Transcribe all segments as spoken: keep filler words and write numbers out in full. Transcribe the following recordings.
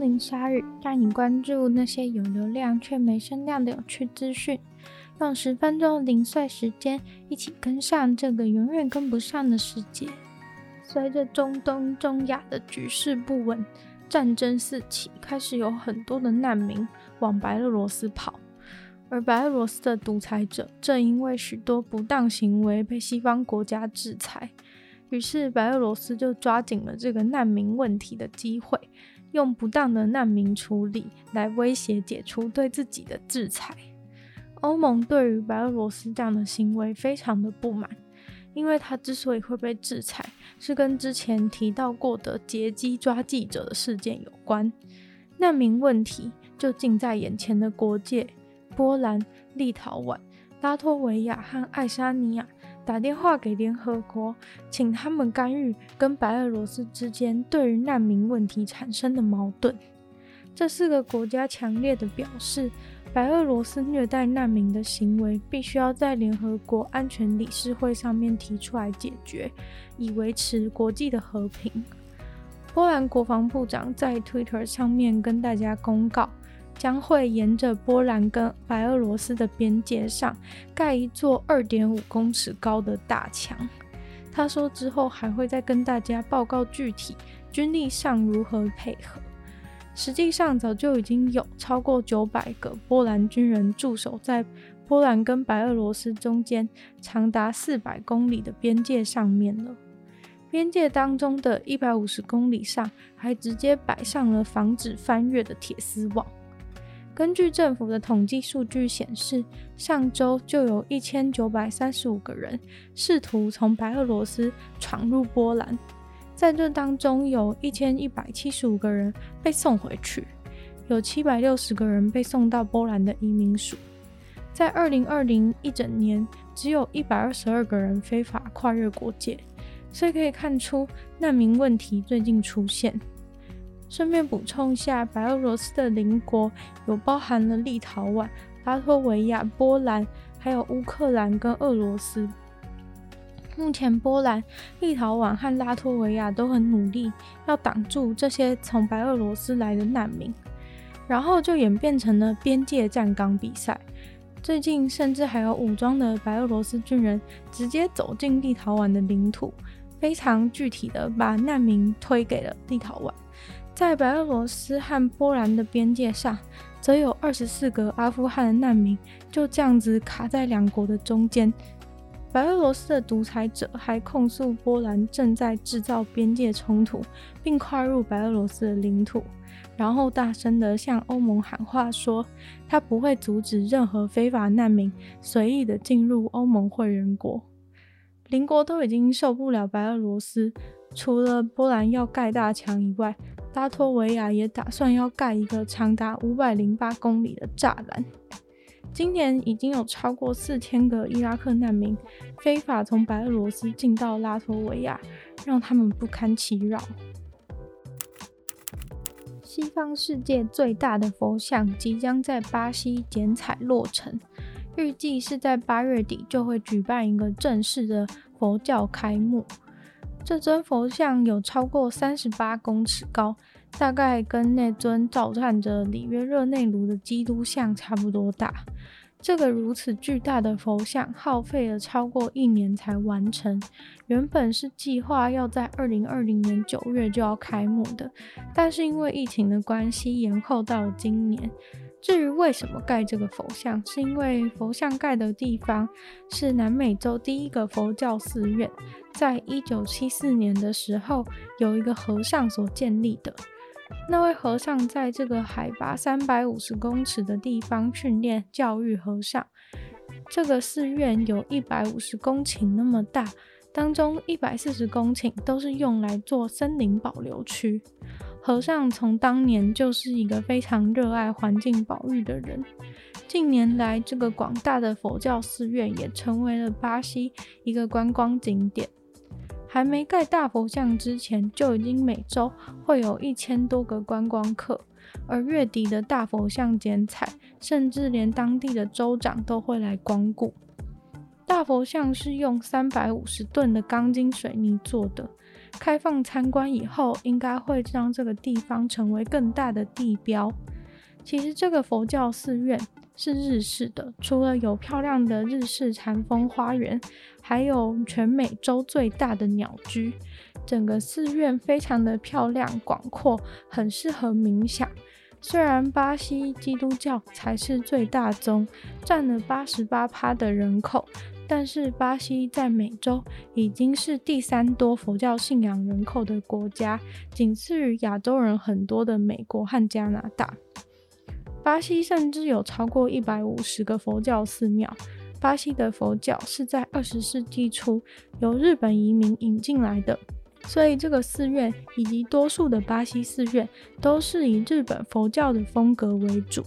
林鲨鱼，带你关注那些有流量却没声量的有趣资讯。用十分钟的零碎时间，一起跟上这个永远跟不上的世界。随着中东、中亚的局势不稳，战争四起，开始有很多的难民往白俄罗斯跑。而白俄罗斯的独裁者正因为许多不当行为被西方国家制裁，于是白俄罗斯就抓紧了这个难民问题的机会，用不当的难民处理来威胁解除对自己的制裁。欧盟对于白俄罗斯这样的行为非常的不满，因为他之所以会被制裁，是跟之前提到过的劫机抓记者的事件有关。难民问题就近在眼前的国界，波兰、立陶宛、拉脱维亚和爱沙尼亚打电话给联合国，请他们干预跟白俄罗斯之间对于难民问题产生的矛盾。这四个国家强烈的表示，白俄罗斯虐待难民的行为必须要在联合国安全理事会上面提出来解决，以维持国际的和平。波兰国防部长在 Twitter 上面跟大家公告，将会沿着波兰跟白俄罗斯的边界上盖一座 二点五公尺高的大墙。他说之后还会再跟大家报告具体军力上如何配合。实际上早就已经有超过九百个波兰军人驻守在波兰跟白俄罗斯中间长达四百公里的边界上面了。边界当中的一百五十公里上还直接摆上了防止翻越的铁丝网。根据政府的统计数据显示，上周就有一千九百三十五个人试图从白俄罗斯闯入波兰，在这当中有一千一百七十五个人被送回去，有七百六十个人被送到波兰的移民署。在二零二零一整年，只有一百二十二个人非法跨越国界，所以可以看出难民问题最近出现。顺便补充一下，白俄罗斯的邻国有包含了立陶宛、拉脱维亚、波兰，还有乌克兰跟俄罗斯。目前波兰、立陶宛和拉脱维亚都很努力要挡住这些从白俄罗斯来的难民，然后就演变成了边界站岗比赛。最近甚至还有武装的白俄罗斯军人直接走进立陶宛的领土，非常具体的把难民推给了立陶宛。在白俄罗斯和波兰的边界上，则有二十四个阿富汗的难民就这样子卡在两国的中间。白俄罗斯的独裁者还控诉波兰正在制造边界冲突，并跨入白俄罗斯的领土，然后大声地向欧盟喊话说，他不会阻止任何非法难民随意的进入欧盟会员国。邻国都已经受不了白俄罗斯，除了波兰要盖大墙以外，拉脱维亚也打算要盖一个长达五百零八公里的栅栏。今年已经有超过四千个伊拉克难民非法从白俄罗斯进到拉脱维亚，让他们不堪其扰。西方世界最大的佛像即将在巴西剪彩落成，预计是在八月底就会举办一个正式的佛教开幕。这尊佛像有超过三十八公尺高，大概跟那尊照看着里约热内卢的基督像差不多大。这个如此巨大的佛像耗费了超过一年才完成，原本是计划要在二零二零年九月就要开幕的，但是因为疫情的关系延后到了今年。至于为什么盖这个佛像，是因为佛像盖的地方是南美洲第一个佛教寺院，在一九七四年的时候有一个和尚所建立的。那位和尚在这个海拔三百五十公尺的地方训练教育和尚。这个寺院有一百五十公顷那么大，当中一百四十公顷都是用来做森林保留区。和尚从当年就是一个非常热爱环境保育的人。近年来，这个广大的佛教寺院也成为了巴西一个观光景点。还没盖大佛像之前，就已经每周会有一千多个观光客，而月底的大佛像剪彩，甚至连当地的州长都会来光顾。大佛像是用三百五十吨的钢筋水泥做的， 开放参观以后，应该会让这个地方成为更大的地标。其实这个佛教寺院是日式的，除了有漂亮的日式禅风花园，还有全美洲最大的鸟居。整个寺院非常的漂亮广阔，很适合冥想。虽然巴西基督教才是最大宗，占了 百分之八十八 的人口，但是巴西在美洲已经是第三多佛教信仰人口的国家，仅次于亚洲人很多的美国和加拿大。巴西甚至有超过一百五十个佛教寺庙。巴西的佛教是在二十世纪初由日本移民引进来的，所以这个寺院以及多数的巴西寺院都是以日本佛教的风格为主。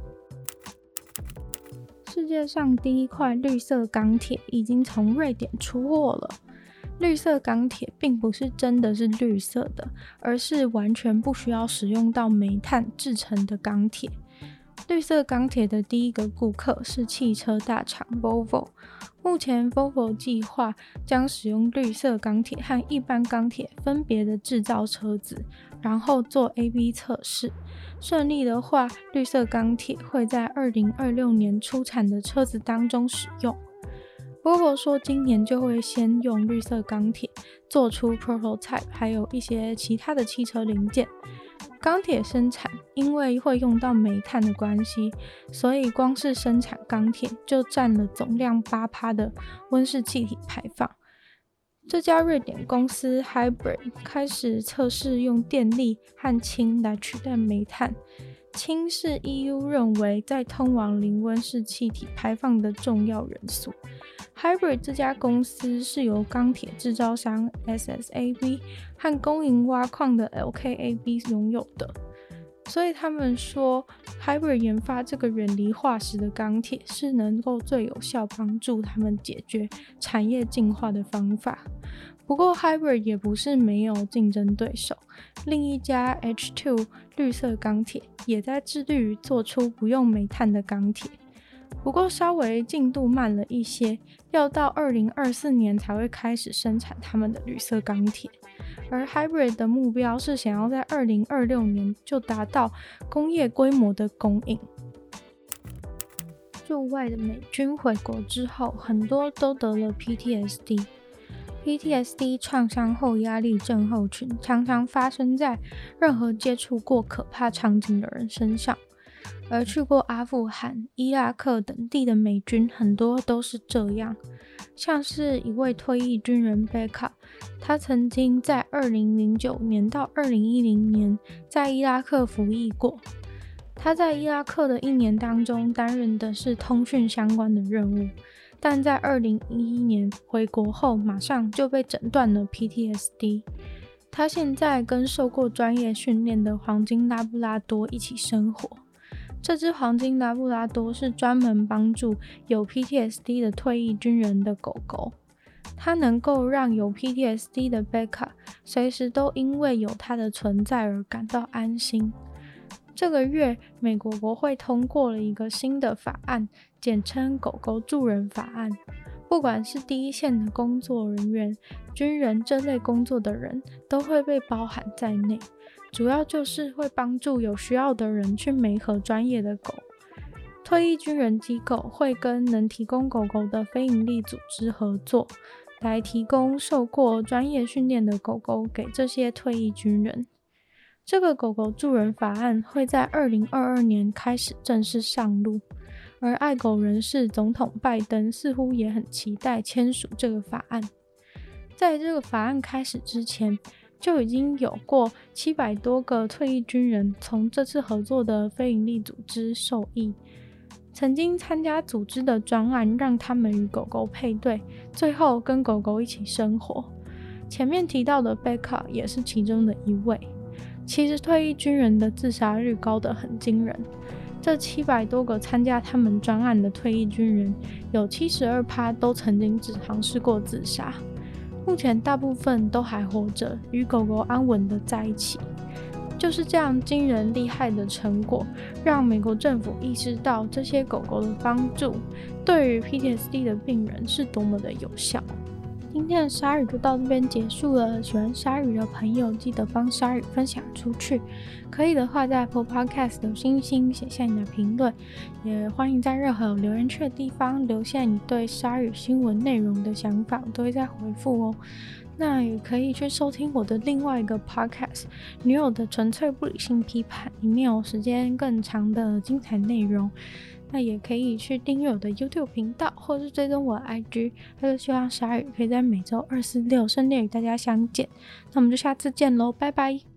世界上第一块绿色钢铁已经从瑞典出货了。绿色钢铁并不是真的是绿色的，而是完全不需要使用到煤炭制成的钢铁。绿色钢铁的第一个顾客是汽车大厂 Volvo。 目前 Volvo 计划将使用绿色钢铁和一般钢铁分别的制造车子，然后做 A B 测试。顺利的话，绿色钢铁会在二零二六年出产的车子当中使用。Volvo 说今年就会先用绿色钢铁做出 prototype， 还有一些其他的汽车零件。钢铁生产因为会用到煤炭的关系，所以光是生产钢铁就占了总量 百分之八 的温室气体排放。这家瑞典公司 Hybrid 开始测试用电力和氢来取代煤炭。氢是 E U 认为在通往零温室气体排放的重要元素。Hybrid 这家公司是由钢铁制造商 S S A B 和公营挖矿的 L K A B 拥有的，所以他们说 Hybrid 研发这个远离化石的钢铁是能够最有效帮助他们解决产业进化的方法。不过 Hybrid 也不是没有竞争对手，另一家 H 二 绿色钢铁也在致力于做出不用煤炭的钢铁，不过稍微进度慢了一些，要到二零二四年才会开始生产他们的绿色钢铁。而 Hybrid 的目标是想要在二零二六年就达到工业规模的供应。驻外的美军回国之后，很多都得了 P T S D。P T S D 创伤后压力症候群常常发生在任何接触过可怕场景的人身上，而去过阿富汗、伊拉克等地的美军很多都是这样。像是一位退役军人贝卡，他曾经在二零零九年到二零一零年在伊拉克服役过。他在伊拉克的一年当中担任的是通讯相关的任务，但在二零一一年回国后马上就被诊断了 P T S D。 他现在跟受过专业训练的黄金拉布拉多一起生活。这只黄金拉布拉多是专门帮助有 P T S D 的退役军人的狗狗，它能够让有 P T S D 的贝卡随时都因为有它的存在而感到安心。这个月，美国国会通过了一个新的法案，简称狗狗助人法案。不管是第一线的工作人员、军人这类工作的人都会被包含在内，主要就是会帮助有需要的人去媒合专业的狗。退役军人机构会跟能提供狗狗的非营利组织合作，来提供受过专业训练的狗狗给这些退役军人。这个狗狗助人法案会在二零二二年开始正式上路，而爱狗人士总统拜登似乎也很期待签署这个法案。在这个法案开始之前，就已经有过七百多个退役军人从这次合作的非营利组织受益。曾经参加组织的专案让他们与狗狗配对，最后跟狗狗一起生活。前面提到的贝卡也是其中的一位。其实退役军人的自杀率高得很惊人，这七百多个参加他们专案的退役军人，有 百分之七十二 都曾经只尝试过自杀。目前大部分都还活着，与狗狗安稳的在一起。就是这样惊人厉害的成果，让美国政府意识到这些狗狗的帮助对于 P T S D 的病人是多么的有效。 今天的鲨鱼就到这边结束了，喜欢鲨鱼的朋友记得帮鲨鱼分享出去，可以的话在 Apple Podcast 留星星，写下你的评论，也欢迎在任何有留言区的地方留下你对鲨鱼新闻内容的想法，我都会再回复哦。那也可以去收听我的另外一个 podcast 女友的纯粹不理性批判，里面有时间更长的精彩内容。那也可以去订阅我的 YouTube 频道，或是追踪我的 I G。还有希望鲨鱼可以在每周二、四、六顺利与大家相见。那我们就下次见喽，拜拜。